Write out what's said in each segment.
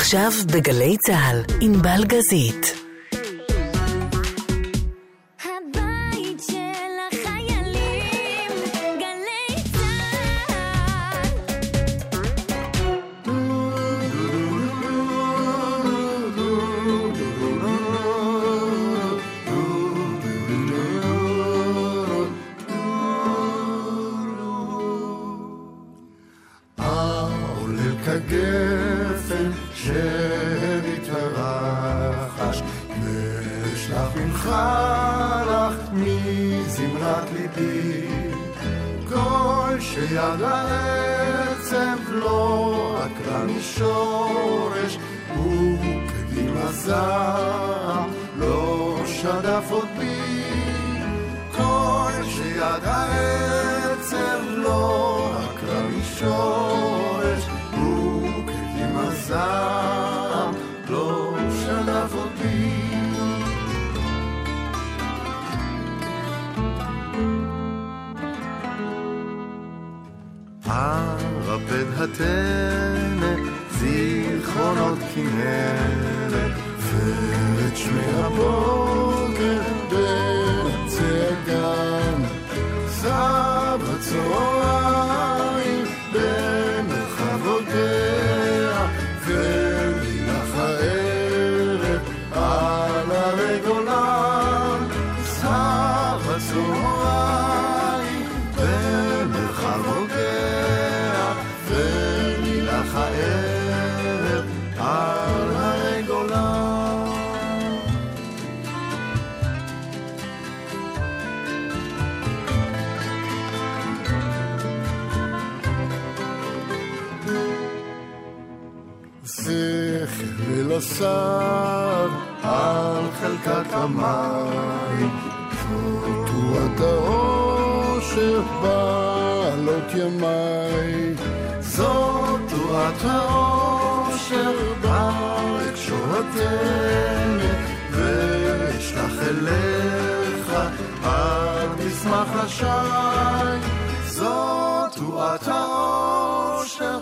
עכשיו בגלי צהל, ענבל גזית. שיד העצב לא עקרה משורש וכגיל הזר לא שדף עוד בי כל שיד העצב לא עקרה משורש וכגיל הזר לא שדף עוד בי הרפד התנת זיכרונות כנרת ואת שמי הבוקר בצי הגן סבא צהריים במרחבותיה ולילך הערב על הרגולן סבא צהריים במרחבותיה הערב על הרגולה זכר ולסד על חלקת המים תורת האושר בעלות ימי זאת תורת האושר בהקשורתנו ואשלח אליך אל תשמח לשי זאת תורת האושר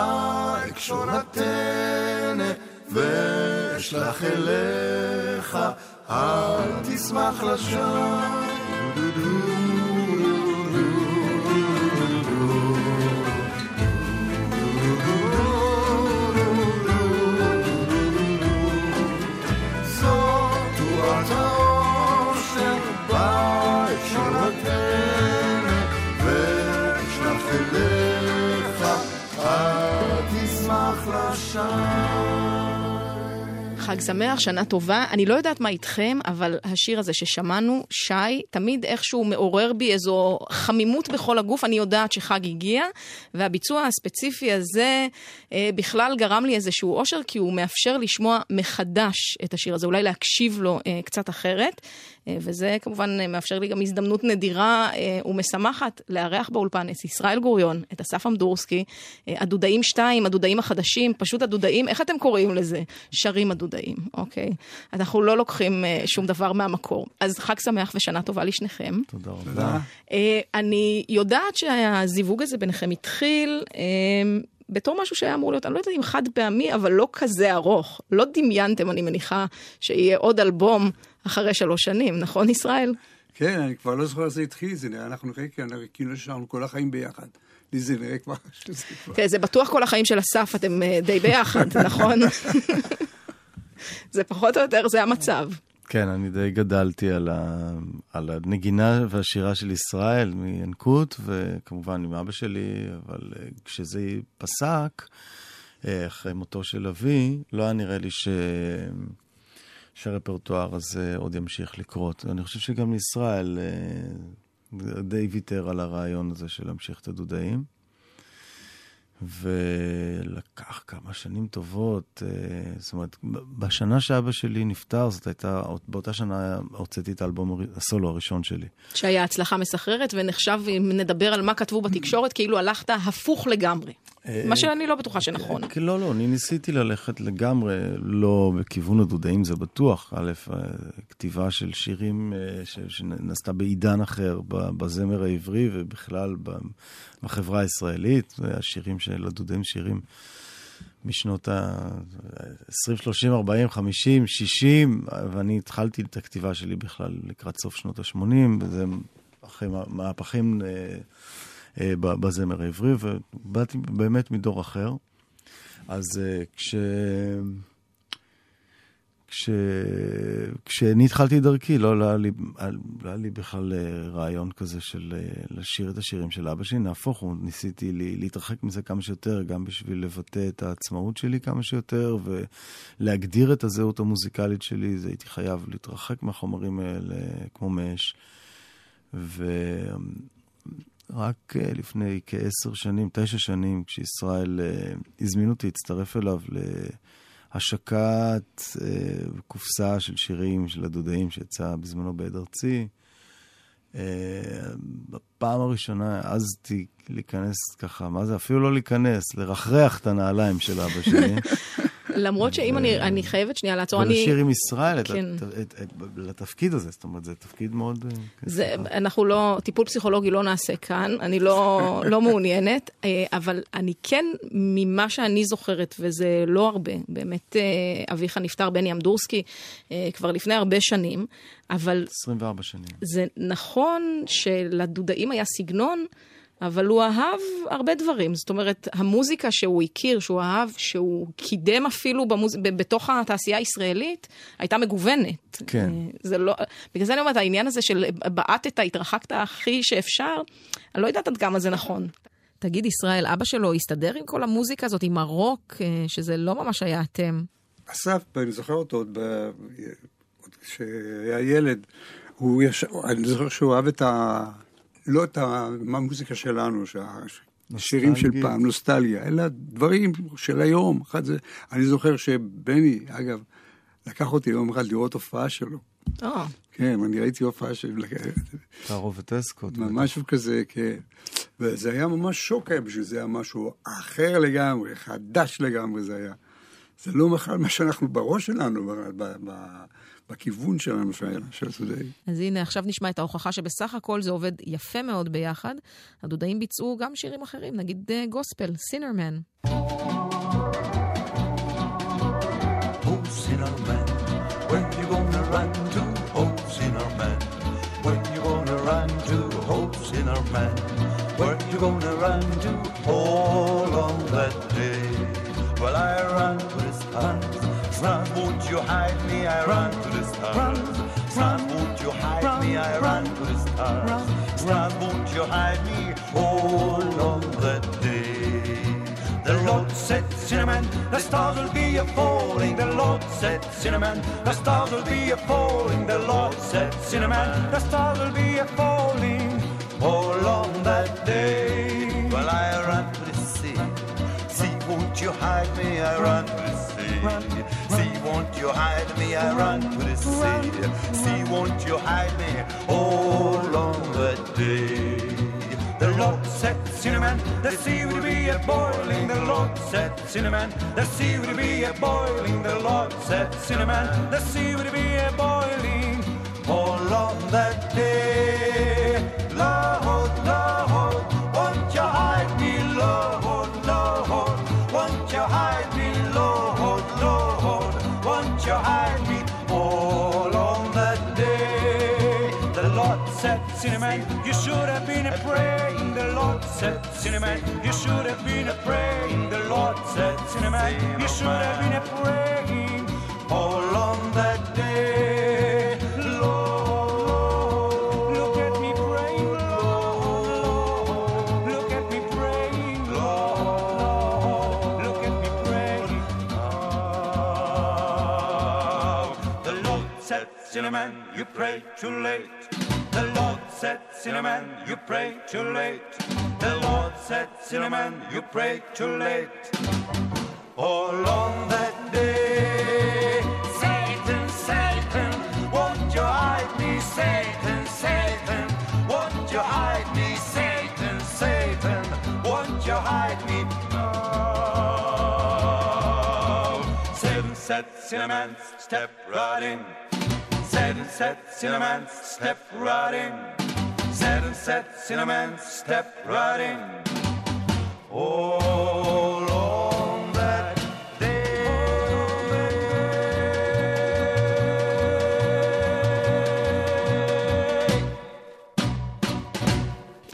בהקשורתנו ואשלח אליך אל תשמח לשי חג שמח, שנה טובה. אני לא יודעת מה איתכם, אבל השיר הזה ששמענו, שי, תמיד איכשהו מעורר בי איזו חמימות בכל הגוף. אני יודעת שחג הגיע, והביצוע הספציפי הזה בכלל גרם לי איזשהו אושר, כי הוא מאפשר לשמוע מחדש את השיר הזה, אולי להקשיב לו קצת אחרת. וזה כמובן מאפשר לי גם הזדמנות נדירה ומשמחת לארח באולפן את ישראל גוריון, את אסף אמדורסקי, הדודאים 2, הדודאים החדשים, פשוט הדודאים, איך אתם קוראים לזה? שרים הדודאים, אוקיי? אנחנו לא לוקחים שום דבר מהמקור. אז חג שמח ושנה טובה לשניכם. תודה רבה. אני יודעת שהזיווג הזה ביניכם התחיל בתור משהו שהיה אמור להיות, אני לא יודעת אם חד פעמי, אבל לא כזה ארוך. לא דמיינתם, אני מניחה, שיהיה עוד אלבום אחרי 3 שנים, נכון ישראל? כן, אני כבר לא זוכר איך זה התחיל, זה נראה, אנחנו כאילו נשארנו כל החיים ביחד. לי זה נראה כבר שזה כבר. כן, זה בטוח כל החיים של אסף, אתם די ביחד, נכון? זה פחות או יותר, זה המצב. כן, אני די גדלתי על הנגינה והשירה של ישראל מינקות, וכמובן עם אבא שלי, אבל כשזה פסק, אחרי מותו של אבי, לא היה נראה לי שהרפרטואר הזה עוד ימשיך לקרות. אני חושב שגם ישראל די ויתר על הרעיון הזה של להמשיך את הדודאים. ולקח כמה שנים טובות, זאת אומרת, בשנה שאבא שלי נפטר, זאת הייתה, באותה שנה הוצאתי את האלבום הסולו הראשון שלי. שהיה הצלחה מסחררת, ונחשב, אם נדבר על מה כתבו בתקשורת, כאילו הלכת הפוך לגמרי. מה שאני לא בטוחה שנכון. לא, אני ניסיתי ללכת לגמרי, לא בכיוון הדודאים, זה בטוח. א', כתיבה של שירים שנעשתה בעידן אחר, בזמר העברי, ובכלל בחברה הישראלית, השירים של הדודאים שירים משנות ה-20, 30, 40, 50, 60, ואני התחלתי את הכתיבה שלי בכלל לקראת סוף שנות ה-80, וזה אחרי מהפכים בזמר העברי, ובאתי באמת מדור אחר. אז כשאני התחלתי דרכי, לא היה לי בכלל רעיון כזה של לשיר את השירים של אבא שלי, נהפוך, ניסיתי להתרחק מזה כמה שיותר, גם בשביל לבטא את העצמאות שלי כמה שיותר, ולהגדיר את הזהות המוזיקלית שלי, זה הייתי חייב להתרחק מהחומרים האלה כמו מאש. ורק לפני כ10 שנים, 9 שנים, כשישראל הזמין אותי, הצטרף אליו השקת קופסה של שירים של הדודאים שיצא בזמנו בעד ארצי. בפעם הראשונה העזתי להיכנס ככה, מה זה? אפילו לא להיכנס, לרחרח את הנעליים של אבא שלי. למרות שאם אני חייבת שנייה לעצור, ולשיר עם ישראל לתפקיד הזה, זאת אומרת, זה תפקיד מאוד... אנחנו לא, טיפול פסיכולוגי לא נעשה כאן, אני לא מעוניינת, אבל אני כן, ממה שאני זוכרת, וזה לא הרבה, באמת אביך נפטר, בני אמדורסקי, כבר לפני הרבה שנים, אבל... 24 שנים. זה נכון שלדודאים היה סגנון, אבל הוא אהב הרבה דברים. זאת אומרת, המוזיקה שהוא הכיר, שהוא אהב, שהוא קידם אפילו בתוך התעשייה הישראלית, הייתה מגוונת. כן. זה לא, בגלל זה אני אומרת, העניין הזה של בעטת, התרחקת הכי שאפשר, אני לא יודעת עד כמה זה נכון. תגיד, ישראל, אבא שלו הסתדר עם כל המוזיקה הזאת, עם הרוק, שזה לא ממש היה אתם. אסף, אני זוכר אותו עוד כשהיה ילד, אני זוכר שהוא אהב את לא את המוזיקה שלנו, השירים של פעם, נוסטליה, אלא דברים של היום. אני זוכר שבני, אגב, לקח אותי יום אחד לראות הופעה שלו. כן, אני ראיתי הופעה שלו. תערובת אסקוט. משהו כזה, כן. וזה היה ממש שוק היה בשביל זה, היה משהו אחר לגמרי, חדש לגמרי זה היה. זה לא בכלל מה שאנחנו בראש שלנו, בכיוון שלנו של הדודאים. אז הנה, עכשיו נשמע את ההוכחה שבסך הכל זה עובד יפה מאוד ביחד. הדודאים ביצעו גם שירים אחרים, נגיד גוספל, סינרמן. Oh, Sinnerman, when you gonna run to? Oh, Sinnerman, when you gonna run to? Oh, Sinnerman, where you gonna run to? All on that day. Well, I run to the stars. Run, won't you hide me? I run to the stars. Run, won't you hide me? I run to the stars. Run, won't you hide me? All on that day. The Lord said, Cinnamon, the stars will be a-falling. The Lord said, Cinnamon, the stars will be a-falling. The Lord said, Cinnamon, the stars will be a-falling. All on that day. Well, I run to the sea. See, won't you hide me? I run to the sea. See, won't you hide me? I run to the sea. See, won't you hide me? All on that day. The Lord said, Cinnamon, the sea will be a-boiling. The Lord said, Cinnamon, the sea will be a-boiling. The Lord said, Cinnamon, the sea will be a-boiling. All on that day. Lord, Lord, won't you hide me, Lord, Lord, won't you hide me, Lord, Lord, won't you hide me, all on that day. The Lord said, Cinnamon, you should have been a-praying. The Lord said, Cinnamon, you should have been a-praying. The Lord said, Cinnamon, you should have been a-praying, all on that day. Lord, look at me praying, Lord, look at me praying, Lord, look at me praying. The Lord said, Cinnamon, you prayed too late. The Lord said, Cinnamon, you prayed too late. The Lord said, Cinnamon, you prayed too late. All on that day. Satan, Satan, won't you hide me? Satan, Satan, won't you hide me? Satan, Satan, won't you hide me? Oh. Satan said, Cinnamon, step right in. Satan said, Cinnamon, step right in. Satan said, Cinnamon, step right in. All on that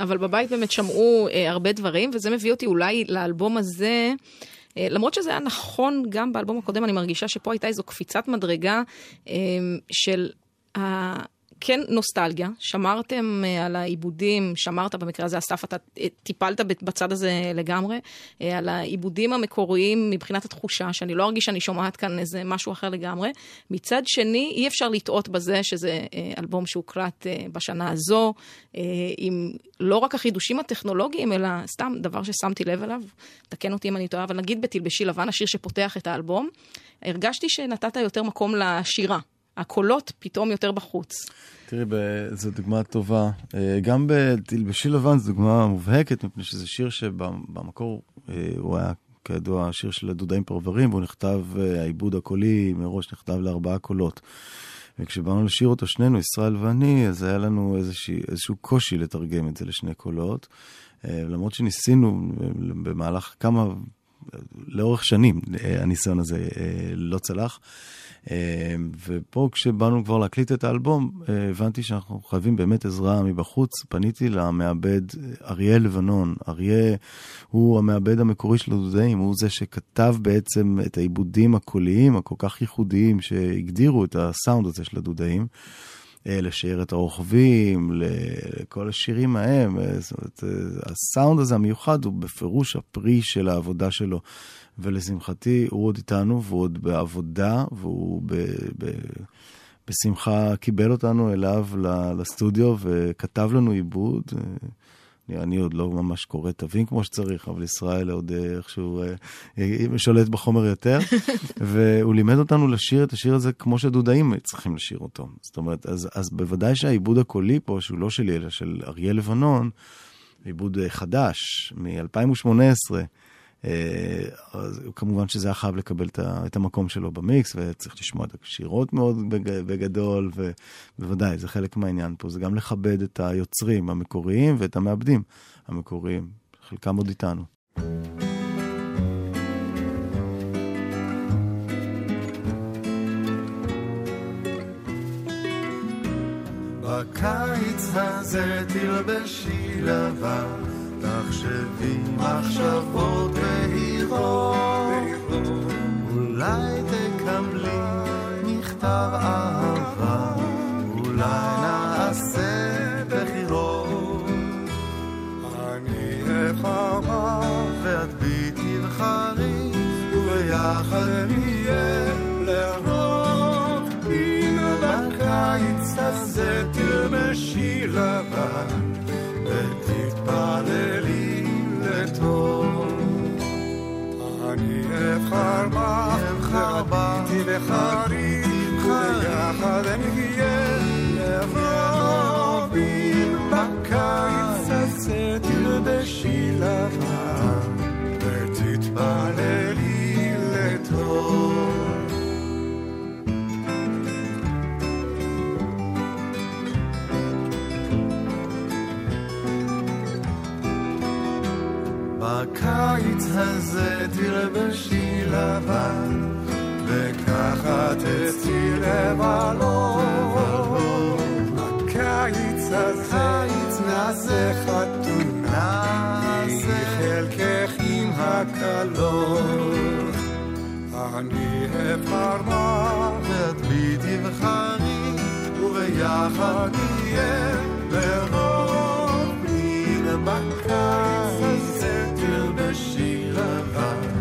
אבל בבית באמת שמעו הרבה דברים, וזה מביא אותי אולי לאלבום הזה, למרות שזה היה נכון גם באלבום הקודם, אני מרגישה שפה הייתה איזו קפיצת מדרגה של כן נוסטלגיה, שמרתם על העיבודים, שמרת במקרה הזה, אסף, אתה טיפלת בצד הזה לגמרי, על העיבודים המקוריים מבחינת התחושה, שאני לא ארגיש שאני שומעת כאן איזה משהו אחר לגמרי. מצד שני, אי אפשר לטעות בזה שזה אלבום שהוקלט בשנה הזו, עם לא רק החידושים הטכנולוגיים, אלא סתם דבר ששמתי לב אליו, תקן אותי אם אני טועה, אבל נגיד בתלבשי לבן, השיר שפותח את האלבום, הרגשתי שנתת יותר מקום לשירה. הקולות פתאום יותר בחוץ. תראי, זו דוגמה טובה. גם בתלבשי לבן זו דוגמה מובהקת, מפני שזה שיר שבמקור הוא היה כידוע שיר של הדודאים פרברים, והוא נכתב, העיבוד הקולי מראש נכתב ל4 קולות. וכשבאנו לשיר אותו שנינו, ישראל ואני, אז היה לנו איזשהו קושי לתרגם את זה לשני קולות. למרות שניסינו במהלך לאורך שנים, הניסיון הזה לא צלח. ופה כשבאנו כבר להקליט את האלבום, הבנתי שאנחנו חייבים באמת עזרה מבחוץ. פניתי למעבד אריה לבנון. אריה הוא המעבד המקורי של הדודאים, הוא זה שכתב בעצם את העיבודים הקוליים, הכל כך ייחודיים, שהגדירו את הסאונד הזה של הדודאים, לשיירת הרוכבים, לכל השירים ההם. זאת אומרת, הסאונד הזה המיוחד הוא בפירוש הפרי של העבודה שלו. ולשמחתי הוא עוד איתנו, והוא עוד בעבודה, והוא בשמחה קיבל אותנו אליו לסטודיו, וכתב לנו עיבוד. אני עוד לא ממש קורא תווים כמו שצריך, אבל ישראל עוד איכשהו שולט בחומר יותר, והוא לימד אותנו לשיר את השיר הזה כמו שדודאים צריכים לשיר אותו. זאת אומרת, אז בוודאי שהעיבוד הקולי פה, שהוא לא שלי, אלא של אריה לבנון, עיבוד חדש, מ-2018, אז כמובן שזה היה חייב לקבל את המקום שלו במיקס, וצריך לשמוע את השירות מאוד בגדול, ובוודאי, זה חלק מהעניין פה. זה גם לכבד את היוצרים המקוריים ואת המעבדים המקוריים. חלקם עוד איתנו. בקיץ הזה תלבשי לבן, תחשבי מחשבות בהירות, אולי תקבלי מכתב אהבה, אולי נעשה בחירות. אני אבחר ואת בי תבחרי, וביחד נהיה לרוב. הנה בקיץ הזה תלבשי לבן, ותתפללי לטוב. אני אבחר בך, תבחרי, וביחד נהיה לרוב. בקיץ הזה תלבשי לבן, ותתפללי לטוב. בקיץ הזה תלבשי לבן, וככה תצאי לבלות. בקיץ הזה נעשה חתונה, היא חלקך עם הקלות. אני אבחר מה ואת בי תבחרי, וביחד נהיה לרוב. מן בקיץ הזה תלבשי לבן,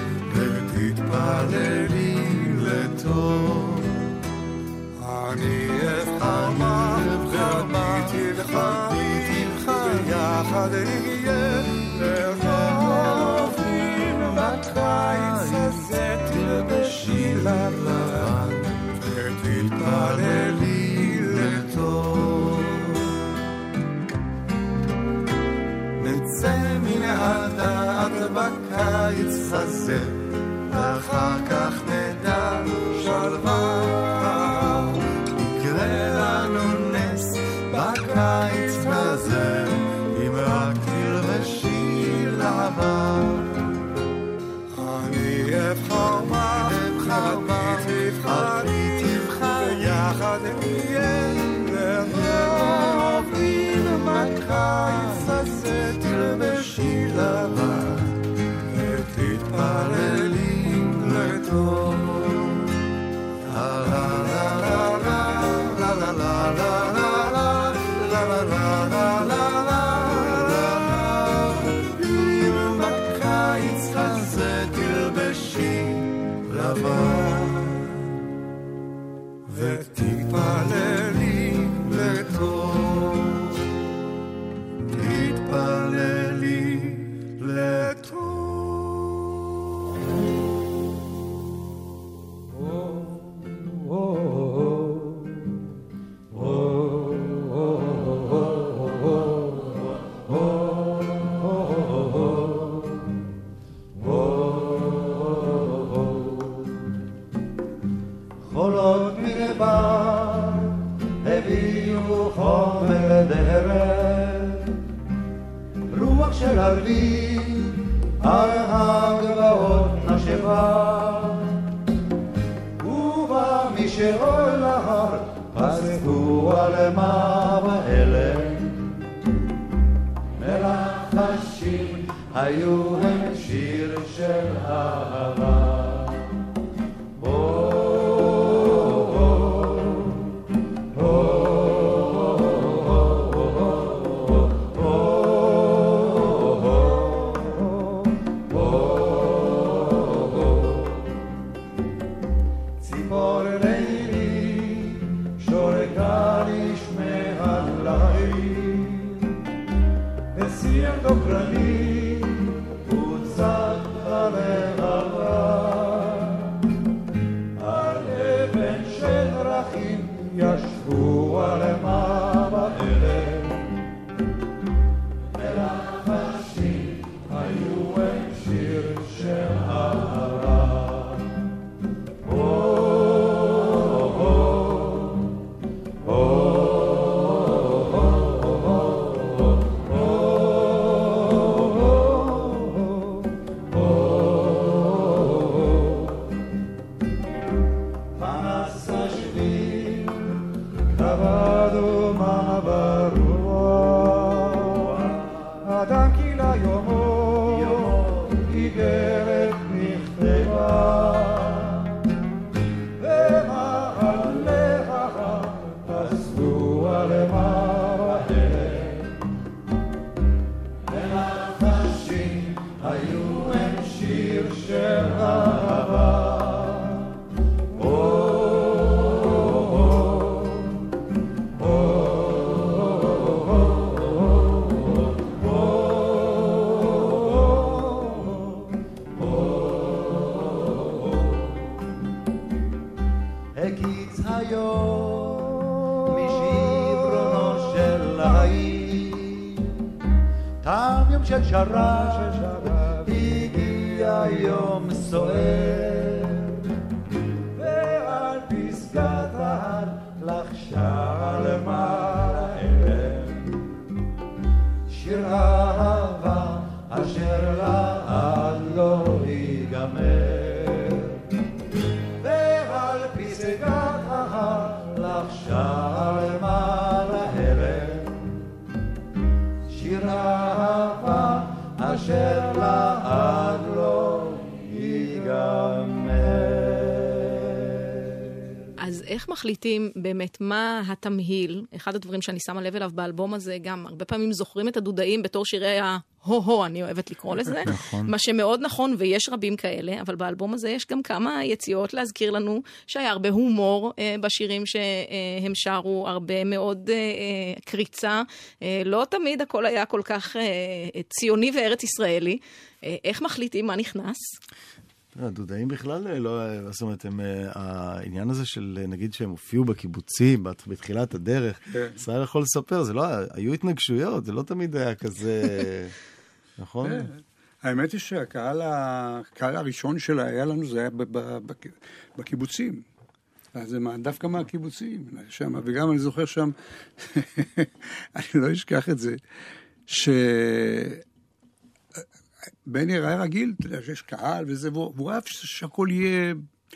ותתפללי לטוב. אני אבחר מה ואת בי תבחרי, וביחד נהיה לרוב. מן בקיץ הזה תלבשי לבן, ותתפללי לטוב. נצא מן הדעת בקיץ הזה, ואחר כך נדע שלווה. יקרה לנו נס בקיץ הזה, אם רק תלבשי לבן. אני אבחר מה, ואת בי לטוב. לה לה לה לה לה לה לה לה לה לה לה לה לה לה. אם בקיץ הזה תלבשי לבן ותתפללי לטוב, תתפללי לטוב. חולות מדבר הביאו חומר דרך, רוח של ערבים על הגבעות נשבה, ובא מי שעול להר פסקו על מה בהלם, מלחשים היו הם שיר של אהבה. של שרב הגיע יום סוער, ועל פסגת ההר לחשה למעלה שיר אהבה אשר לעד לא ייגמר, ועל פסגת ההר לחשה למעלה שיר אהבה אשר לעד לא ייגמר. אז איך מחליטים באמת מה התמהיל? אחד הדברים שאני שמה לב אליו באלבום הזה, גם הרבה פעמים זוכרים את הדודאים בתור שירי הו-הו, אני אוהבת לקרוא לזה. נכון. מה שמאוד נכון, ויש רבים כאלה, אבל באלבום הזה יש גם כמה יציאות להזכיר לנו שהיה הרבה הומור בשירים שהם שרו, הרבה מאוד קריצה. לא תמיד הכל היה כל כך ציוני וארץ ישראלי. איך מחליטים מה נכנס? הדודאים בכלל לא, זאת אומרת, העניין הזה של, נגיד שהם הופיעו בקיבוצים, בתחילת הדרך, ישראל יכול לספר, זה לא, היו התנגשויות, זה לא תמיד היה כזה, נכון? האמת היא שהקהל הראשון שלה היה לנו, זה היה בקיבוצים. זה דווקא מהקיבוצים, וגם אני זוכר שם, אני לא אשכח את זה, בני היה רגיל, שיש קהל וזה, והוא אהב שהכל יהיה,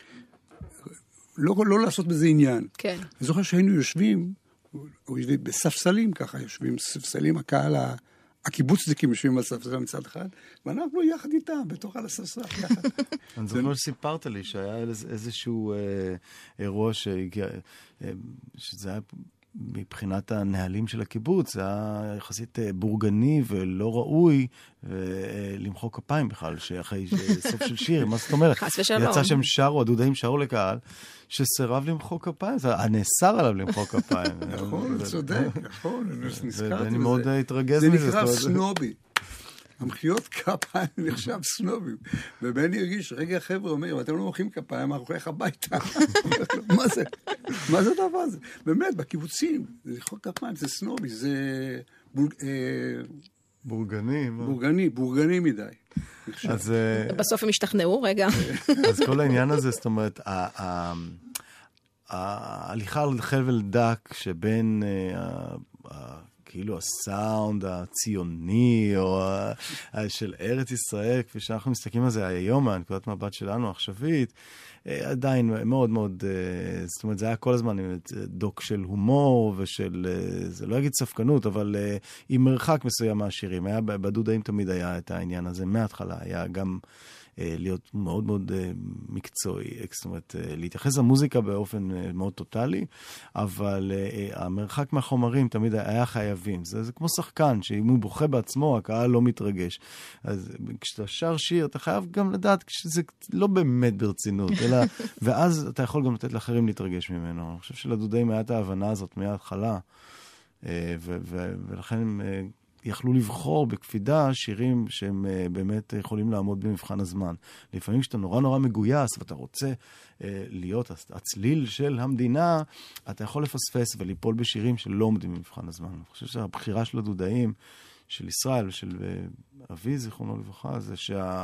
לא לעשות בזה עניין. כן. אני זוכר שהיינו יושבים בספסלים ככה, יושבים ספסלים, הקהל הקיבוצניקים יושבים על ספסל מצד אחד, ואנחנו יחד איתם, בתוך על הספסל, יחד. אני זוכר שסיפרת לי שהיה איזשהו אירוע שהגיע, שזה היה מבחינת הנהלים של הקיבוץ, זה היה יחסית בורגני ולא ראוי למחוא כפיים בכלל, שאחרי סוף של שיר, מה זאת אומרת? חס ושלום. יצא שהם שרו, הדודאים שרו לקהל, שסירב למחוא כפיים, נאסר עליו למחוא כפיים. נכון, צודק, נכון, נזכרתי ואני מאוד התרגז מזה. מזה. זה נקרא סנובי. המחיאות כפיים נחשב סנובים. ובני הרגיש, רגע חבר'ה אומר, אתם לא מוחאים כפיים, אנחנו הולך הביתה. מה זה? מה זה הדבר הזה? באמת, בקיבוצים, למחוא כפיים, זה סנובי, זה בורגני מדי. בסוף הם השתכנעו, רגע. אז כל העניין הזה, זאת אומרת, ההליכה על חבל דק שבין כאילו הסאונד הציוני או של ארץ ישראל, כפי שאנחנו מסתכלים על זה היום, מהנקודת מבט שלנו העכשווית, עדיין מאוד מאוד, זאת אומרת, זה היה כל הזמן דוק של הומור ושל, זה לא אגיד ספקנות, אבל עם מרחק מסוים מהשירים. בדודאים תמיד היה את העניין הזה מההתחלה, היה גם להיות מאוד מאוד מקצועי, זאת אומרת, להתייחס למוזיקה באופן מאוד טוטלי, אבל המרחק מהחומרים תמיד היה חייבים. זה כמו שחקן, שאם הוא בוכה בעצמו, הקהל לא מתרגש. אז כשאתה שר שיר, אתה חייב גם לדעת שזה לא באמת ברצינות, אלא, ואז אתה יכול גם לתת לאחרים להתרגש ממנו. אני חושב שלדודאים היה את ההבנה הזאת מההתחלה, ולכן הם יכלו לבחור בקפידה שירים שהם באמת יכולים לעמוד במבחן הזמן. לפעמים כשאתה נורא נורא מגויס ואתה רוצה להיות הצליל של המדינה, אתה יכול לפספס וליפול בשירים שלא עומדים במבחן הזמן. אני חושב שהבחירה של הדודאים, של ישראל ושל אבי, זיכרונו לברכה, זה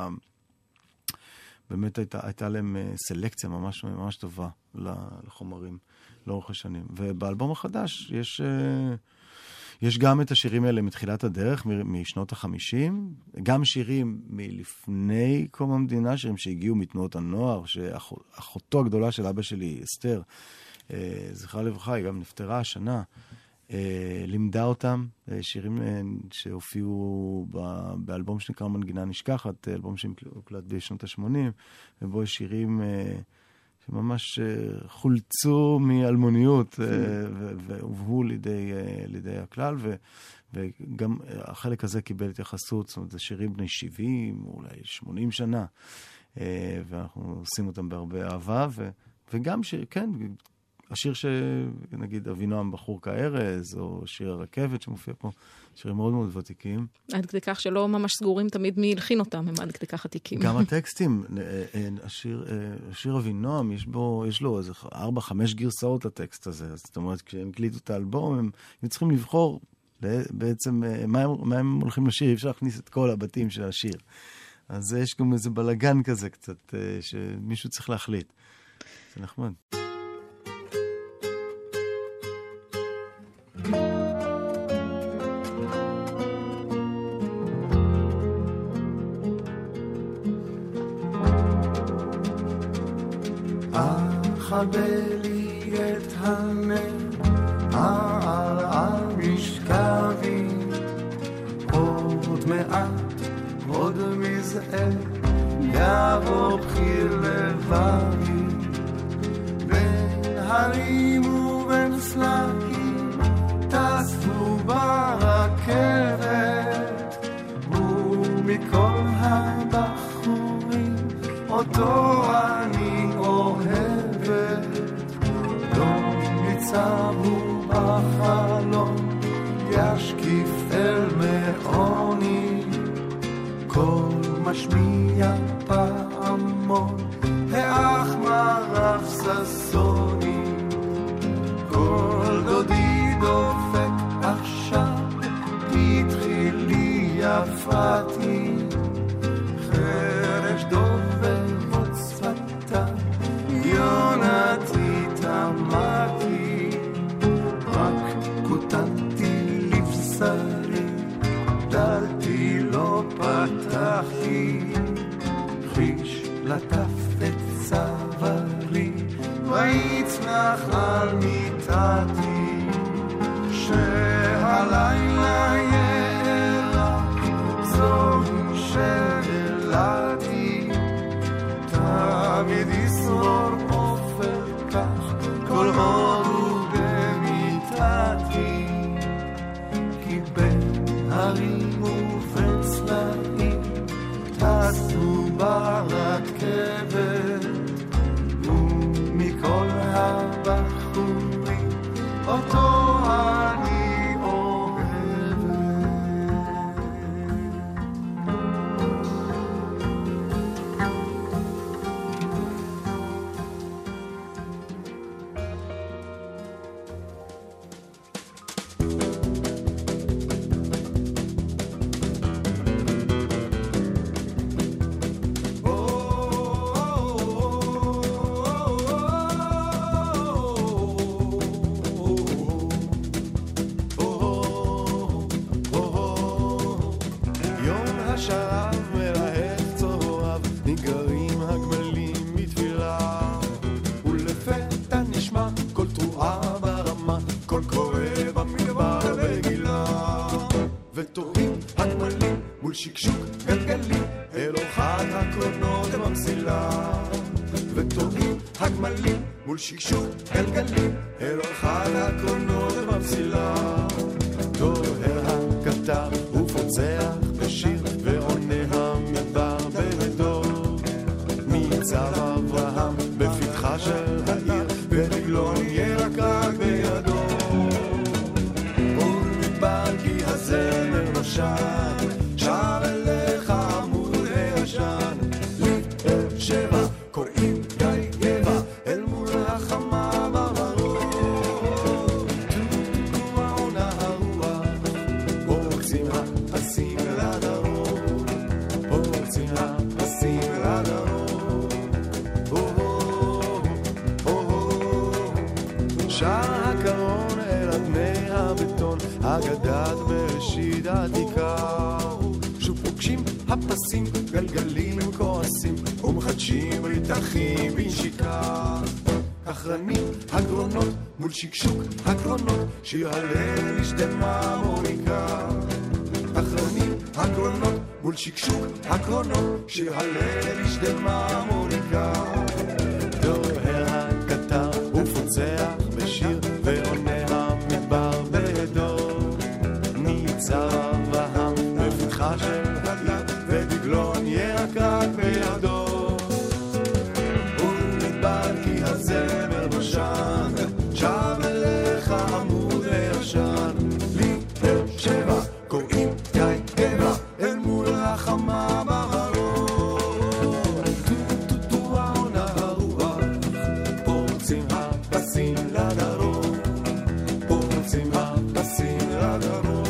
באמת הייתה להם סלקציה ממש ממש טובה לחומרים לאורך השנים. ובאלבום החדש יש גם את השירים האלה מתחילת הדרך, משנות ה-50, גם שירים מלפני קום המדינה, שירים שהגיעו מתנועות הנוער, שאחותו הגדולה של אבא שלי, אסתר, זכרה לברכה, היא גם נפטרה השנה, לימדה אותם, שירים שהופיעו באלבום שנקרא מנגינה נשכחת, אלבום שהוקלט בשנות ה-80, ובו יש שירים שממש חולצו מאלמוניות והובאו לידי הכלל, וגם החלק הזה קיבל התייחסות, זאת אומרת, זה שירים בני 70, אולי 80 שנה, ואנחנו עושים אותם בהרבה אהבה, וגם שיר, כן, השיר שנגיד אבינועם בחור כארז, או שיר הרכבת שמופיע פה, שירים מאוד מאוד ותיקים. עד כדי כך שלא ממש סגורים תמיד מי ילחין אותם, הם עד כדי כך עתיקים. גם הטקסטים, השיר אבינועם, יש לו איזה 4-5 גרסאות לטקסט הזה. זאת אומרת, כשהם הקליטו את האלבום, הם צריכים לבחור בעצם מה הם הולכים לשיר, אי אפשר להכניס את כל הבתים של השיר. אז יש גם איזה בלגן כזה קצת, שמישהו צריך להחליט. זה נחמד. חבלי את הנר על משכבי, עוד מעט עוד מזער יבוא בחיר לבבי, בין הרים ובין סלעים טסו ברכבת, ומכל הבחורים אותו אני אוהב, צבו בחלום ישקיף אל מעוני, כל משמיע פעמון האח מרף ססוני, כל דודי דופק עכשיו פתחי לי יפתי, חרש דובר עוד שפתה יונתי תמתי, רק קוטנתי לבשרי, דלתי לא פתחתי, חיש לטף את צווארי, ויצנח על מיטתי, שהלילה יארע סמלים מול שקשוק גלגלים אל אורחד הקרונות במסילה דוהר הקטר ופוצח בשיר ועונה המדבר בהדור מצר אברהם בפתחה של העיר ודגלון ירקרק בידו ומדבר כי הזמר נושן שר אליך עמוד הישן לבאר שבע קוראים גיא גבע אל מול החמה במרור תקוע עונה הרוח פורצים הפסים לדרום פורצים הפסים לדרום שר הקרון אל אדמי הבטון אגדת בראשית העתיקה שוב פוגשים הפסים גלגלים כועסים ומחדשים ברית אחים בנשיקה אחרנים הגרונות מול שקשוק הקרונות שיר הלל השתמה מוניקה אחרנים הגרונות מול שקשוק הקרונות שיר הלל השתמה מוניקה דוהר הקטר ופוצח בשיר ועונה המדבר בהדור ניצר אברהם בפתחה של העיר ודגלון ירקרק בידו ומדבר כי הזמר נושן שב אליך עמוד הישן לבאר שבע קוראים גיא גבע אל מול החמה במרור תקוע עונה הרוח פורצים הפסים לדרום פורצים הפסים לדרום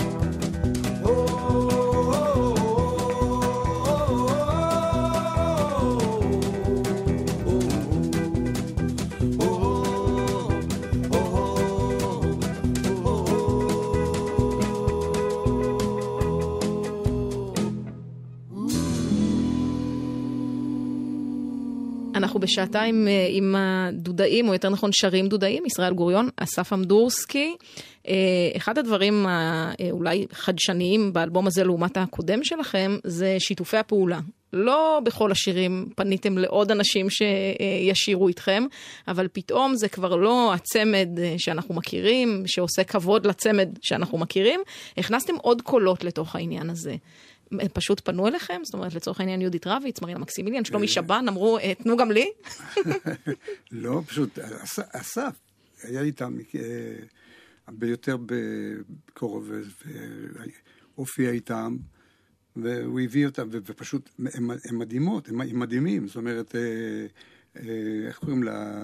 אנחנו בשעתיים עם הדודאים, או יותר נכון שרים דודאים, ישראל גוריון, אסף אמדורסקי. אחד הדברים אולי חדשניים באלבום הזה לעומת הקודם שלכם, זה שיתופי הפעולה. לא בכל השירים פניתם לעוד אנשים שישירו איתכם, אבל פתאום זה כבר לא הצמד שאנחנו מכירים, שעושה כבוד לצמד שאנחנו מכירים. הכנסתם עוד קולות לתוך העניין הזה. פשוט פנו אליכם? זאת אומרת, לצורך העניין יהודית רביץ, מרינה מקסימיליאן, שלומי שבן, אמרו, תנו גם לי? לא, פשוט, אסף, היה איתם הרבה יותר בקרוב, והופיע איתם, והוא הביא אותם, ופשוט, הם מדהימות, הם מדהימים, זאת אומרת, איך קוראים לה...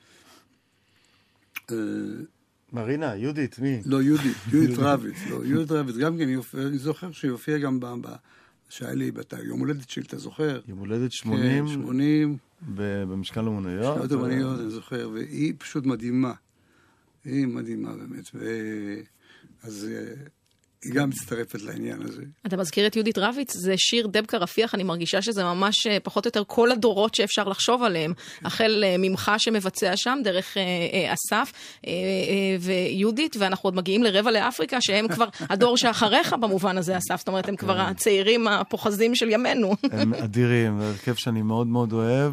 מרינה, יהודית, מי? לא, יהודית רביץ, לא, יהודית רביץ, גם כן, אני זוכר שהיא הופיעה גם שהיה לי יום הולדת שלי, אתה זוכר? יום הולדת 80. 80. במשכן אומנויות. משכן אומנויות, אני זוכר, והיא פשוט מדהימה. היא מדהימה באמת, אז היא גם מצטרפת לעניין הזה. אתה מזכיר את יהודית רביץ, זה שיר דבקה רפיח, אני מרגישה שזה ממש פחות או יותר כל הדורות שאפשר לחשוב עליהם, החל ממך שמבצע שם, דרך אסף ויהודית, ואנחנו עוד מגיעים לרבע לאפריקה, שהם כבר הדור שאחריך במובן הזה, אסף, זאת אומרת, הם כבר הצעירים הפוחזים של ימינו. הם אדירים, זה הרכב שאני מאוד מאוד אוהב,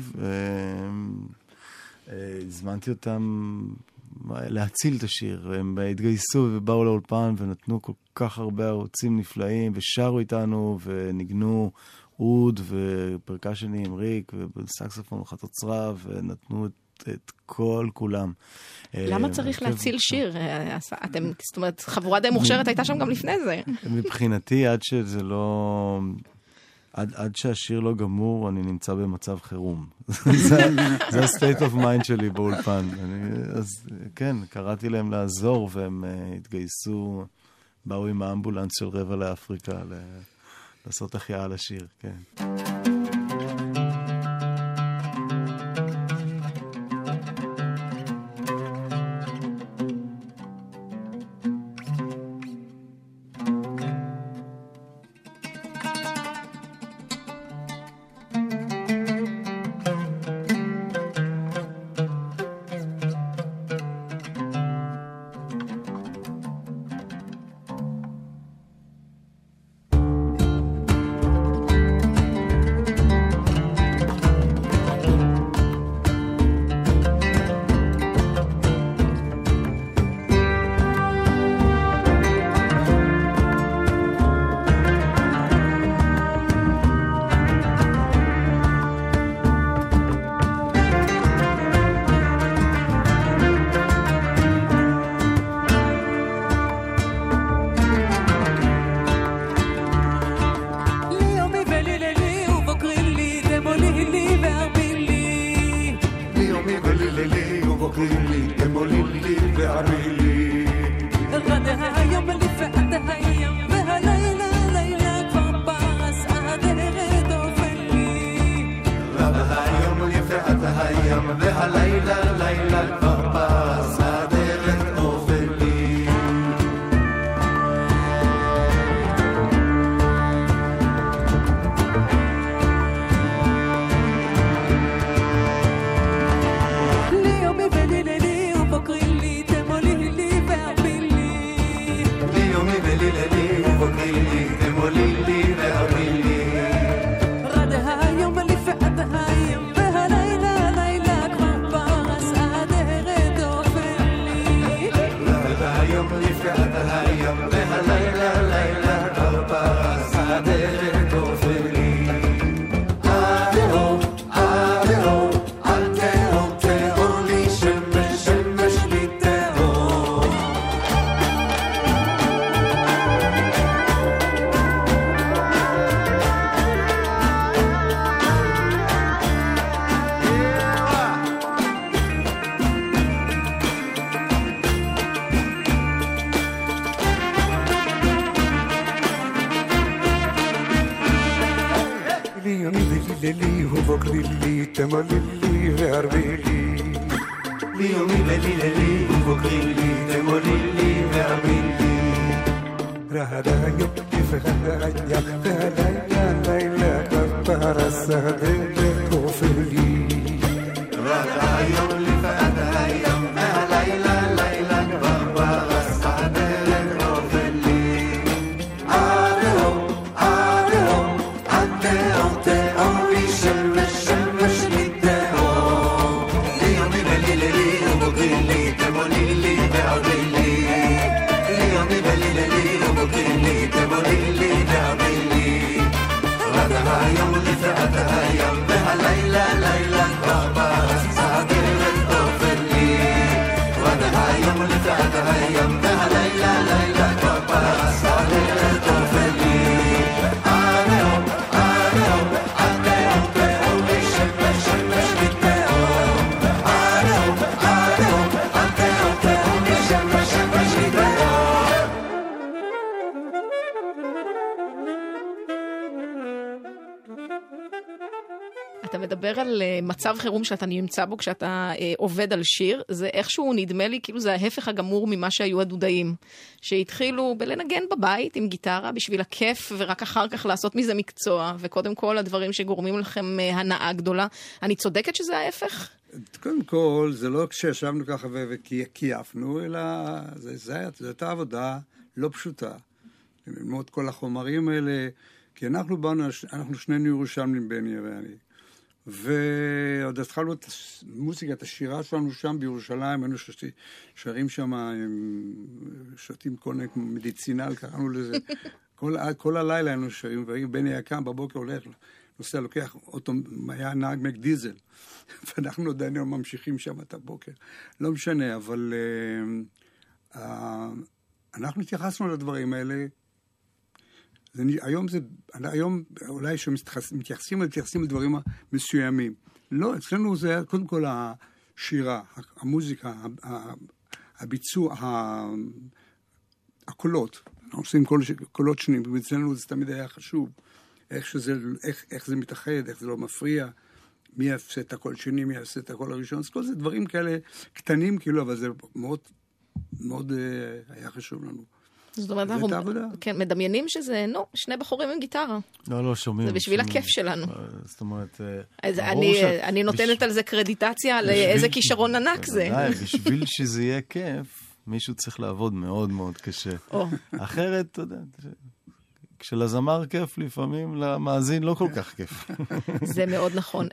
הזמנתי אותם להציל את השיר, הם התגייסו ובאו לאולפן ונתנו כל כך הרבה ערוצים נפלאים ושרו איתנו וניגנו אוד ופרקשני עם ריק וסקסופון וחצוצרה ונתנו את כל כולם. למה צריך להציל שיר? אתם, זאת אומרת, חבורה די מוכשרת הייתה שם גם לפני זה. מבחינתי עד שזה לא... עד שהשיר לא גמור, אני נמצא במצב חירום. זה ה-state of mind שלי באולפן. אז כן, קראתי להם לעזור, והם התגייסו, באו עם האמבולנס של רבע לאפריקה, לעשות החייאה לשיר, כן. מבלילי לי ובוקרים לי, תמולי לי וערי לי. غدها يوم اللي فاتها يوم بها ليلة ليلة كبارس أدري دوفلي غدها يوم اللي فاتها يوم بها ليلة ليلة كبارس أدري دوفلي. ליומי ולילי ובוקרים לי תמולי לי וערבי בלילי ובוקרילי, תמולילי וערילי. غدها يوم اللي فاتها يوم بها ليلة ليلة كبارس أدري دوفلي غدها يوم اللي فاتها يوم بها ليلة ليلة كبارس أدري دوفلي. أدهو أدهو أدهو תאו לי שמש שמש לי תאו. לילי ובוקרילי, תמולילי וערבילי. ליומי ולילי ובוקרילי, תמולילי וערבילי. רהדה יום לפחדה ים, והלילה לילה כפרס הדלת אופלי. רהדה יום לפחדה ים, והלילה לילה כפרס הדלת אופלי. אדהו אדהו אדהו תאו לי שמש שמש לי תאו. ליומי ולילי ובוקרילי, תמולילי וערבילי. ליומי ולילי ובוקרילי, תמולילי וערבילי. רהדה יום לפחדה ים, והלילה לילה כפרס הדלת אופלי. רהדה יום לפחדה ים, והלילה לילה כפרס הדלת אופלי. אדהו אדהו אדהו תאו לי שמש שמש לי תאו. אדהו אדהו אדהו תאו לי שמש שמש לי תאו. אתה מדבר על מצב חירום שאתה נמצא בו כשאתה עובד על שיר, זה איכשהו נדמה לי כאילו זה ההפך הגמור ממה שהיו הדודאים, שהתחילו בלנגן בבית עם גיטרה בשביל הכיף ורק אחר כך לעשות מזה מקצוע, וקודם כל הדברים שגורמים לכם הנאה גדולה. אני צודקת שזה ההפך? קודם כל, זה לא כשישבנו ככה וקייפנו, אלא זו הייתה עבודה לא פשוטה. ללמוד כל החומרים האלה, כי אנחנו שנינו ירושלמים, בני ואני. ועוד התחלנו את המוזיקה, את השירה שלנו שם בירושלים, היינו שרים שם, שותים כל מדיצינל, קראנו לזה. כל הלילה היינו שרים, ובני היה קם בבוקר הולך, נוסע לוקח אוטו, היה נהג מקדיזל, ואנחנו עדיין ממשיכים שם את הבוקר. לא משנה, אבל אנחנו התייחסנו לדברים האלה, היום אולי שמתייחסים לדברים מסוימים. לא, אצלנו זה היה קודם כל השירה, המוזיקה, הביצוע, הקולות. אנחנו עושים קולות שניים, ואצלנו זה תמיד היה חשוב. איך זה מתאחד, איך זה לא מפריע, מי יעשה את הקול שני, מי יעשה את הקול הראשון. אז כל זה דברים כאלה קטנים כאילו, אבל זה מאוד, מאוד היה חשוב לנו. זאת אומרת, אנחנו מדמיינים שזה, שני בחורים עם גיטרה. לא, שומעים. זה בשביל הכיף שלנו. זאת אומרת... אז אני נותנת על זה קרדיטציה על איזה כישרון ענק זה. בשביל שזה יהיה כיף, מישהו צריך לעבוד מאוד מאוד קשה. אחרת, אתה יודע, כשלזמר כיף, לפעמים למאזין לא כל כך כיף. זה מאוד נכון.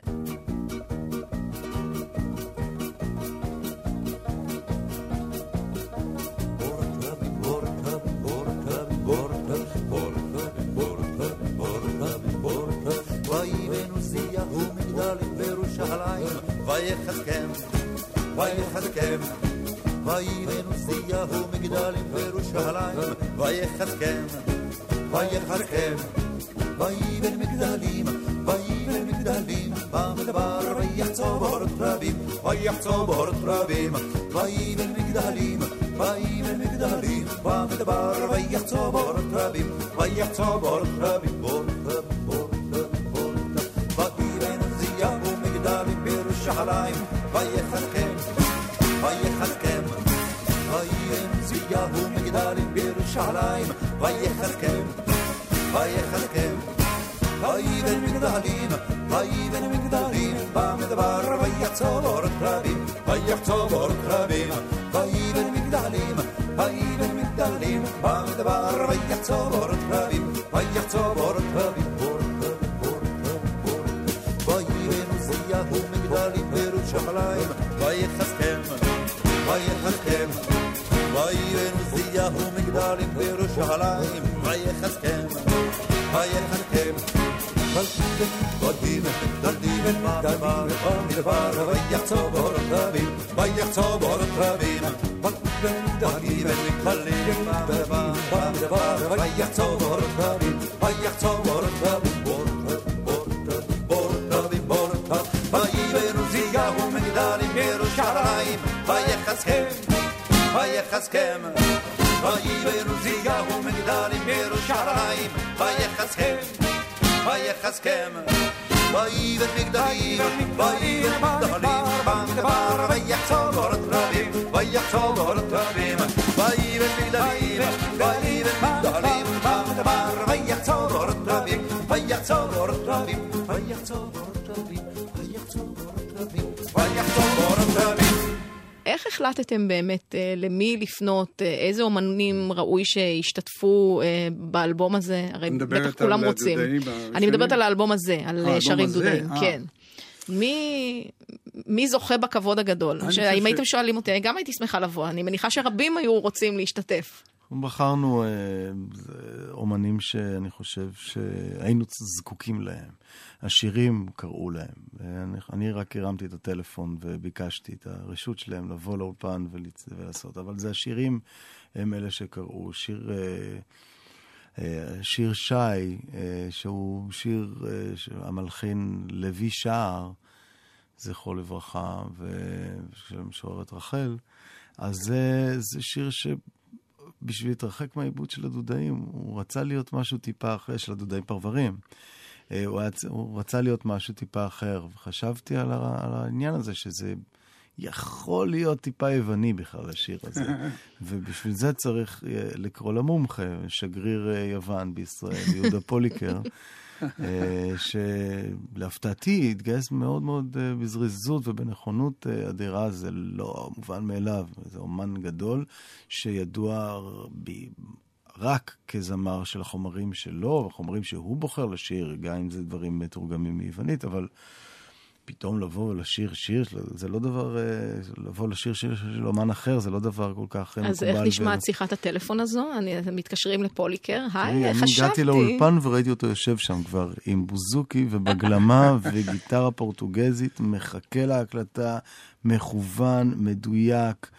ויחזקם ויבנו זיהו מגדלים בירושלים ויחזקם ויחזקם ויבן מגדלים במדבר ויחצוב אור טרבים ויחצוב אור טרבים ויבן מגדלים ויבן מגדלים במדבר ויחצוב אור טרבים ויחצוב אור טרבים בור ויבן זיהו מגדלים בירושלים ויחזקם ויחזקם ויבן זיהו מגדלים בירושלים ויחזקם ויחזקם ויבן מגדלים ויבן מגדלים במדבר ויחצוב אור טרבים ויחצוב אור טרבים ויבן מגדלים ויבן מגדלים במדבר ויחצוב אור טרבים ויחצוב אור טרבים ויבן זיהו מגדלים בירושלים ויחזקם ויחזקם ויבן זיהו מגדלים בירושלים ויחזקם ויחזקם ויבן מגדלים במדבר ויחצוב אור טרבים ויחצוב אור טרבים ויבן מגדלים במדבר ויחצוב אור טרבים ויחצוב אור טרבים ויבן זיהו מגדלים בירושלים ויחזקם ויחזקם ויבן זיהו מגדלים בירושלים ויחזקם ויחזקם ויבן מגדלים במדבר ויחצוב אור טרבים ויחצוב אור טרבים ויבן מגדלים במדבר ויחצוב אור טרבים ויחצוב אור טרבים ויחצוב אור טרבים ויחצוב אור טרבים ויחצוב אור טרבים. איך החלטתם באמת למי לפנות, איזה אומנים ראוי שישתתפו באלבום הזה? הרי בטח כולם רוצים. אני מדברת על האלבום הזה, על שרים דודאים, כן. מי זוכה בכבוד הגדול? אם הייתם שואלים אותי, גם הייתי שמחה לבוא. אני מניחה שרבים היו רוצים להשתתף. בחרנו אומנים שאני חושב שהיינו זקוקים להם. השירים קראו להם. אני רק הרמתי את הטלפון וביקשתי את הרשות שלהם לבוא לאולפן ולעשות. אבל זה השירים הם אלה שקראו. שיר שי, שהוא שיר המלחין לוי שער, זכרו לברכה, ומשוררת רחל. אז זה שיר בשביל להתרחק מהעיבוד של הדודאים, הוא רצה להיות משהו טיפה אחר, של הדודאים פרברים. הוא רצה להיות משהו טיפה אחר, וחשבתי על העניין הזה, שזה יכול להיות טיפה יווני בכלל, השיר הזה. ובשביל זה צריך לקרוא למומחה, שגריר יוון בישראל, יהודה פוליקר, שלהפתעתי התגייס מאוד מאוד בזריזות ובנכונות אדירה, זה לא מובן מאליו, זה אומן גדול שידוע רק כזמר של החומרים שלו, החומרים שהוא בוחר לשיר, גם אם זה דברים מתורגמים מיוונית, אבל פתאום לבוא ולשיר שיר, זה לא דבר, לבוא לשיר שיר של אומן אחר, זה לא דבר כל כך מקובל. אז איך נשמע את שיחת הטלפון הזו? מתקשרים לפוליקר, היי, חשבתי. אני הגעתי לאולפן וראיתי אותו יושב שם כבר, עם בוזוקי ובגלמה וגיטרה פורטוגזית, מחכה להקלטה, מכוון, מדויק,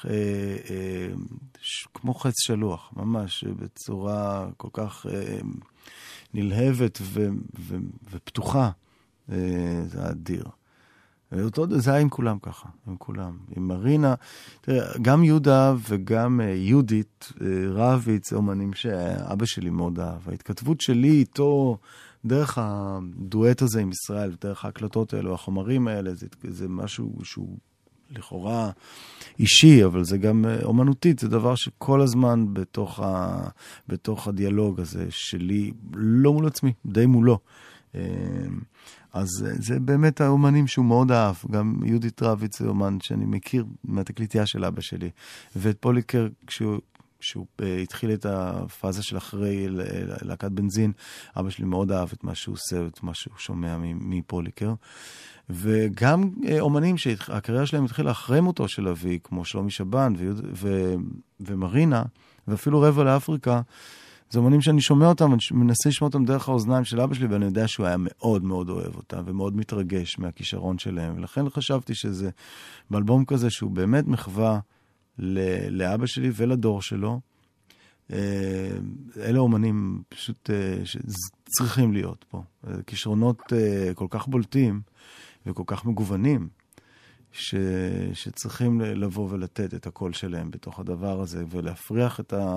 כמו חץ שלוח, ממש, בצורה כל כך נלהבת ופתוחה. זה אדיר. זה היה עם כולם ככה, עם כולם. עם מרינה, תראה, גם יהודה וגם יהודית רביץ, אומנים שאבא שלי מאוד אהב. ההתכתבות שלי איתו, דרך הדואט הזה עם ישראל, דרך ההקלטות האלו, החומרים האלה, זה משהו שהוא לכאורה אישי, אבל זה גם אומנותית, זה דבר שכל הזמן בתוך הדיאלוג הזה שלי, לא מול עצמי, די מולו. אז זה באמת האומנים שהוא מאוד אהב, גם יהודית רביץ זה אומן שאני מכיר מהתקליטייה של אבא שלי, ואת פוליקר כשהוא התחיל את הפאזה של אחרי להקת בנזין, אבא שלי מאוד אהב את מה שהוא עושה, את מה שהוא שומע מפוליקר, וגם אומנים שהקריירה שלהם התחילה אחרי מותו של אבי, כמו שלומי שבן ומרינה, ואפילו רבע לאפריקה, זה אומנים שאני שומע אותם, אני מנסה לשמוע אותם דרך האוזניים של אבא שלי, ואני יודע שהוא היה מאוד מאוד אוהב אותם, ומאוד מתרגש מהכישרון שלהם. ולכן חשבתי שזה באלבום כזה, שהוא באמת מחווה לאבא שלי ולדור שלו, אלה אומנים פשוט שצריכים להיות פה. כישרונות כל כך בולטים וכל כך מגוונים, שצריכים לבוא ולתת את הקול שלהם בתוך הדבר הזה, ולהפריח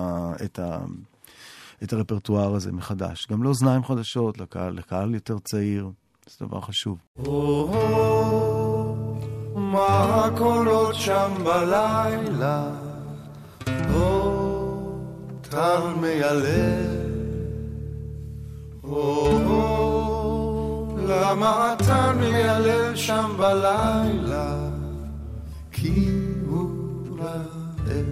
את הרפרטואר הזה מחדש. גם לאוזניים חדשות, לקהל יותר צעיר, זה דבר חשוב. מה הקולות שם בלילה, טל מיילל, למה אתה מיילל שם בלילה, כי הוא רעב.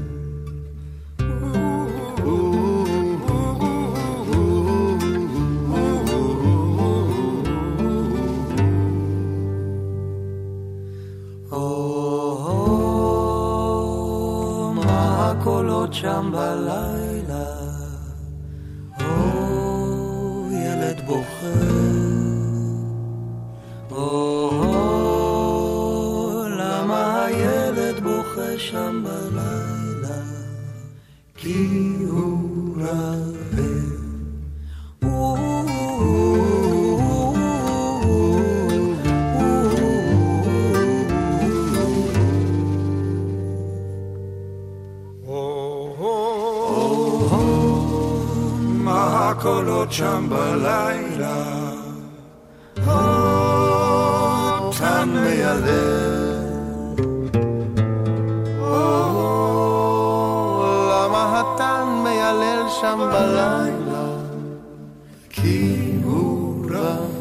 קולות שם בלילה, ילד בוכה, למה הילד בוכה שם בלילה, כי הוא רעב. הקולות שם בלילה, טן מיילל, למה הטן מיילל שם בלילה, כי הוא רעב.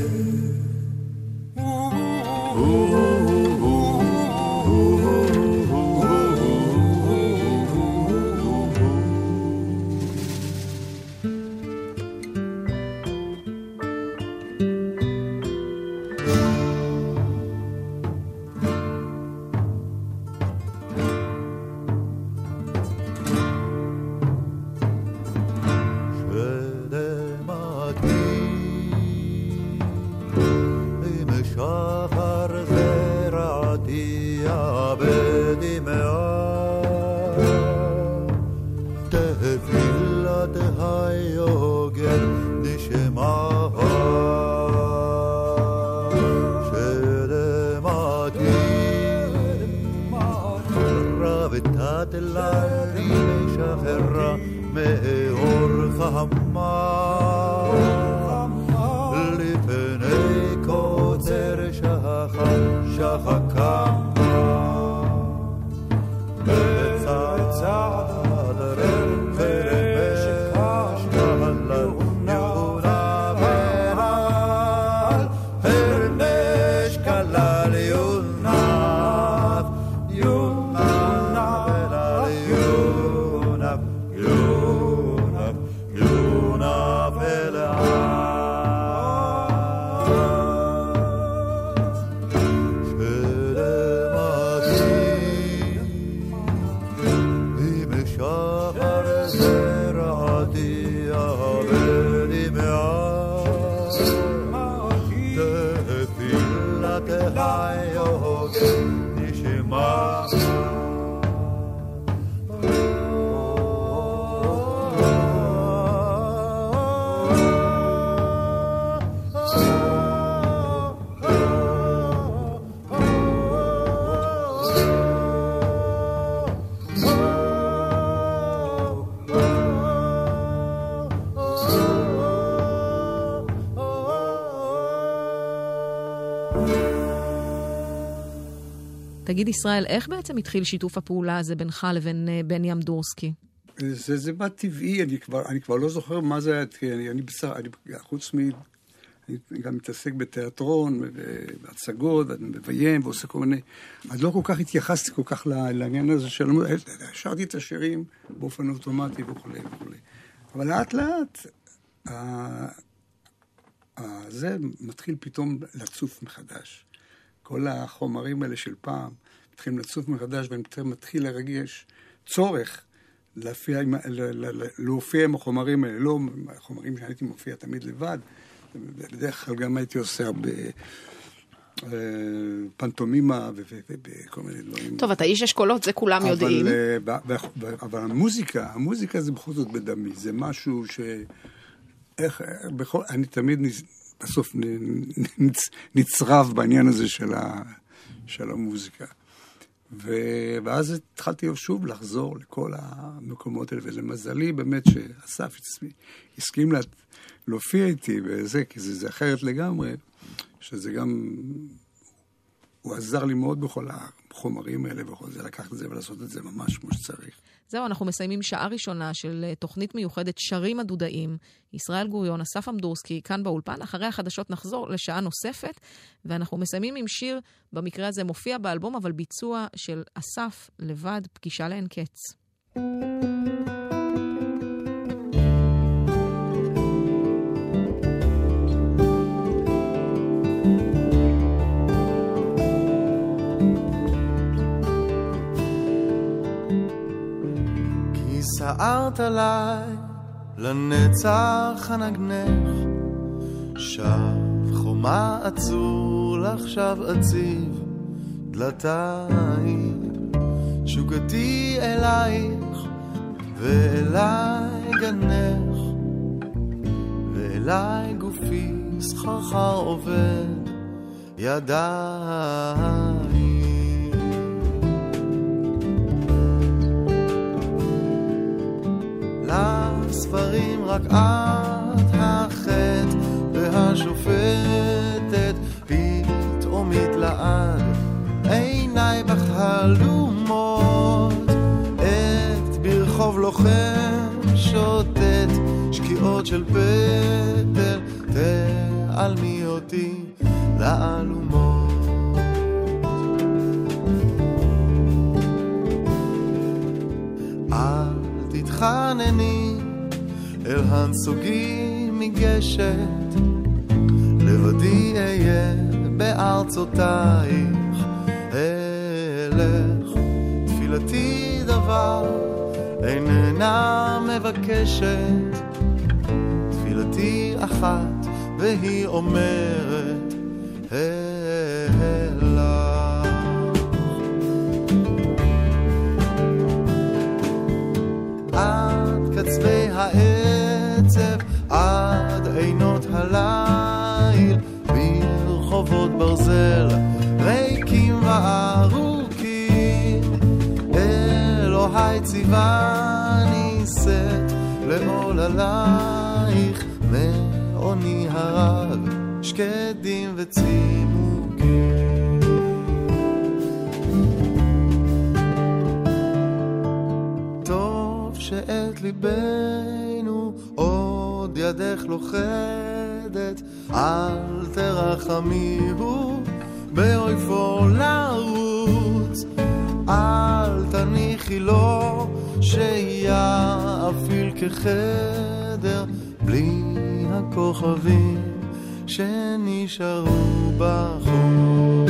תגיד ישראל, איך בעצם התחיל שיתוף הפעולה הזה בינך לבין בני אמדורסקי? זה בא טבעי, אני כבר לא זוכר מה זה היה, חוץ אני גם מתעסק בתיאטרון, בהצגות, ואני מביים ועושה כל מיני, אז לא כל כך התייחסתי כל כך לעניין הזה של, שרתי את השירים באופן אוטומטי וכו' וכו'. אבל לאט לאט, זה מתחיל פתאום לצוף מחדש. כל החומרים האלה של פעם מתחילים לצוף מחדש, ומתחיל לרגש צורך להופיע עם החומרים האלה, לא החומרים שהייתי מופיע תמיד לבד, בדרך כלל גם הייתי עושה פנטומימה וכל מיני דברים. טוב, אתה איש אשכולות, זה כולם יודעים. אבל המוזיקה זה בכל זאת בדמי, זה משהו אני תמיד בסוף נצרב בעניין הזה של המוזיקה. ואז התחלתי שוב לחזור לכל המקומות האלה, ולמזלי באמת שאסף הסכים להופיע איתי בזה, כי זה אחרת לגמרי, שזה גם, הוא עזר לי מאוד בכל החומרים האלה, בכל זה, לקחת את זה ולעשות את זה ממש כמו שצריך. זהו, אנחנו מסיימים שעה ראשונה של תוכנית מיוחדת שרים הדודאים, ישראל גוריון, אסף אמדורסקי, כאן באולפן. אחרי החדשות נחזור לשעה נוספת, ואנחנו מסיימים עם שיר, במקרה הזה מופיע באלבום, אבל ביצוע של אסף לבד, פגישה לאין קץ. סערת עליי לנצח הנגנך, שב חומה עצור עכשיו אציב דלתיים, שוגתי אלייך ואליי גנך, ואליי גופי סחרחר עובד ידיים. לספרים רק את החטא והשופטת, פתאום מתלעד עיניי בחלומות, את ברחוב לוחם שוטט שקיעות של פטל, תעלמי אותי לעלומות. תתחנני אל הנסוגים מגשת, לבדי אהיה בארצותייך אלך, תפילתי דבר איננה מבקשת, תפילתי אחת והיא אומרת קצווי העצב עד עינות הליל, ברחובות ברזל ריקים וארוכים, אלוהי ציווני שאת לעול עלייך, מעוני הרב שקדים וצימוקים. שאת ליבנו עוד ידך לוחדת, אל תרחמיהו באויפו לרוץ, אל תניחי לו שיאפיל כחדר בלי הכוכבים שנשארו בחוץ.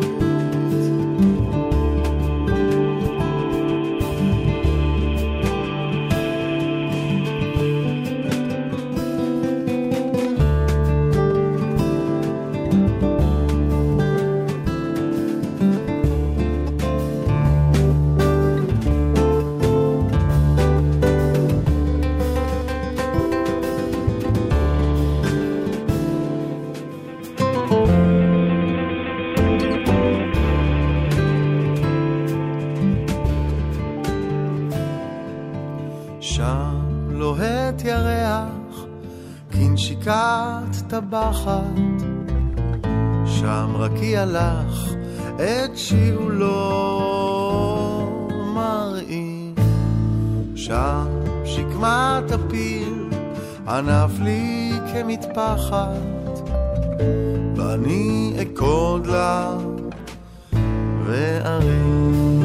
טבחת, שם רקיע לך את שיעולו מראים, שם שקמת הפיל ענף לי כמטפחת, ואני אקוד לה וארים.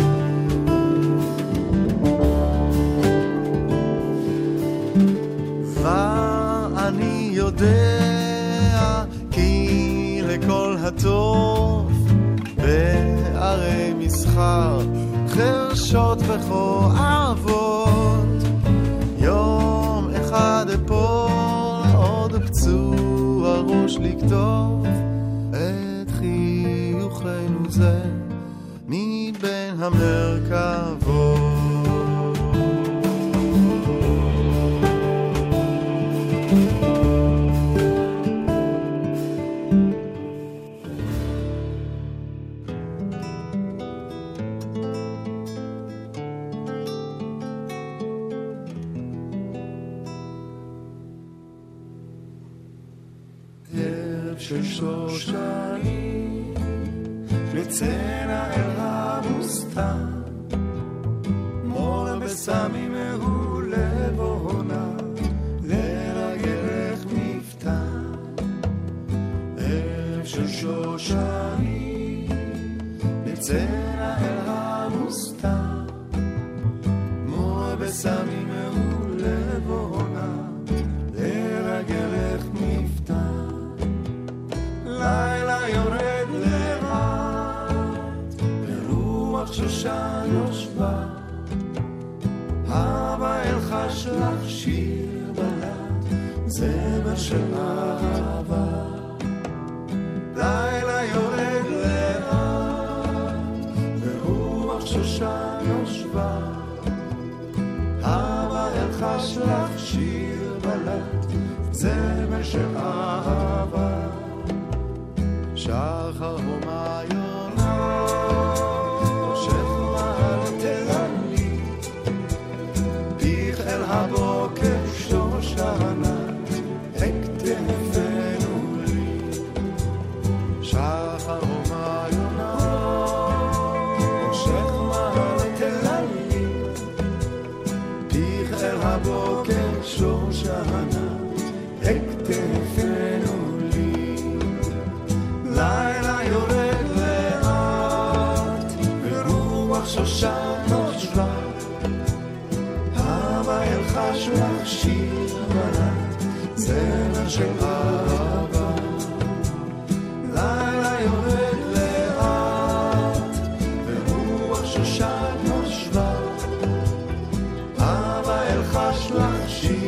ואני יודע כל הטוב בערי מסחר, חרשות וכואבות, יום אחד אפול עוד פצוע ראש לכתוב את חיי. כוחנו זה מבין המרכבות. של שושנים נצאנה אל הבוסתן מורה בסמי מהולה ועונה לרגלך מפתן ערב של שושנים נצאנה אל הבוסתן מורה בסמי מהולה ועונה לרגלך מפתן לילה יורד לאט ברוח שושן יושבה הווה אל חש לך שיר בלט זמר של אהבה לילה יורד לאט ברוח שושן יושבה הווה אל חש לך שיר בלט זמר של אהבה שחר הומה יונה מושך מעל תללי פיך אל הבוקר שושנה הכתפנו לי שחר הומה יונה מושך מעל תללי פיך אל הבוקר שושנה הכתפנו לילה יורד לאט ברוח שושן נושבה הווה אל חש לך שיר בלט זמר של אהבה לילה יורד לאט ברוח שושן נושבה הווה אל חש לך שיר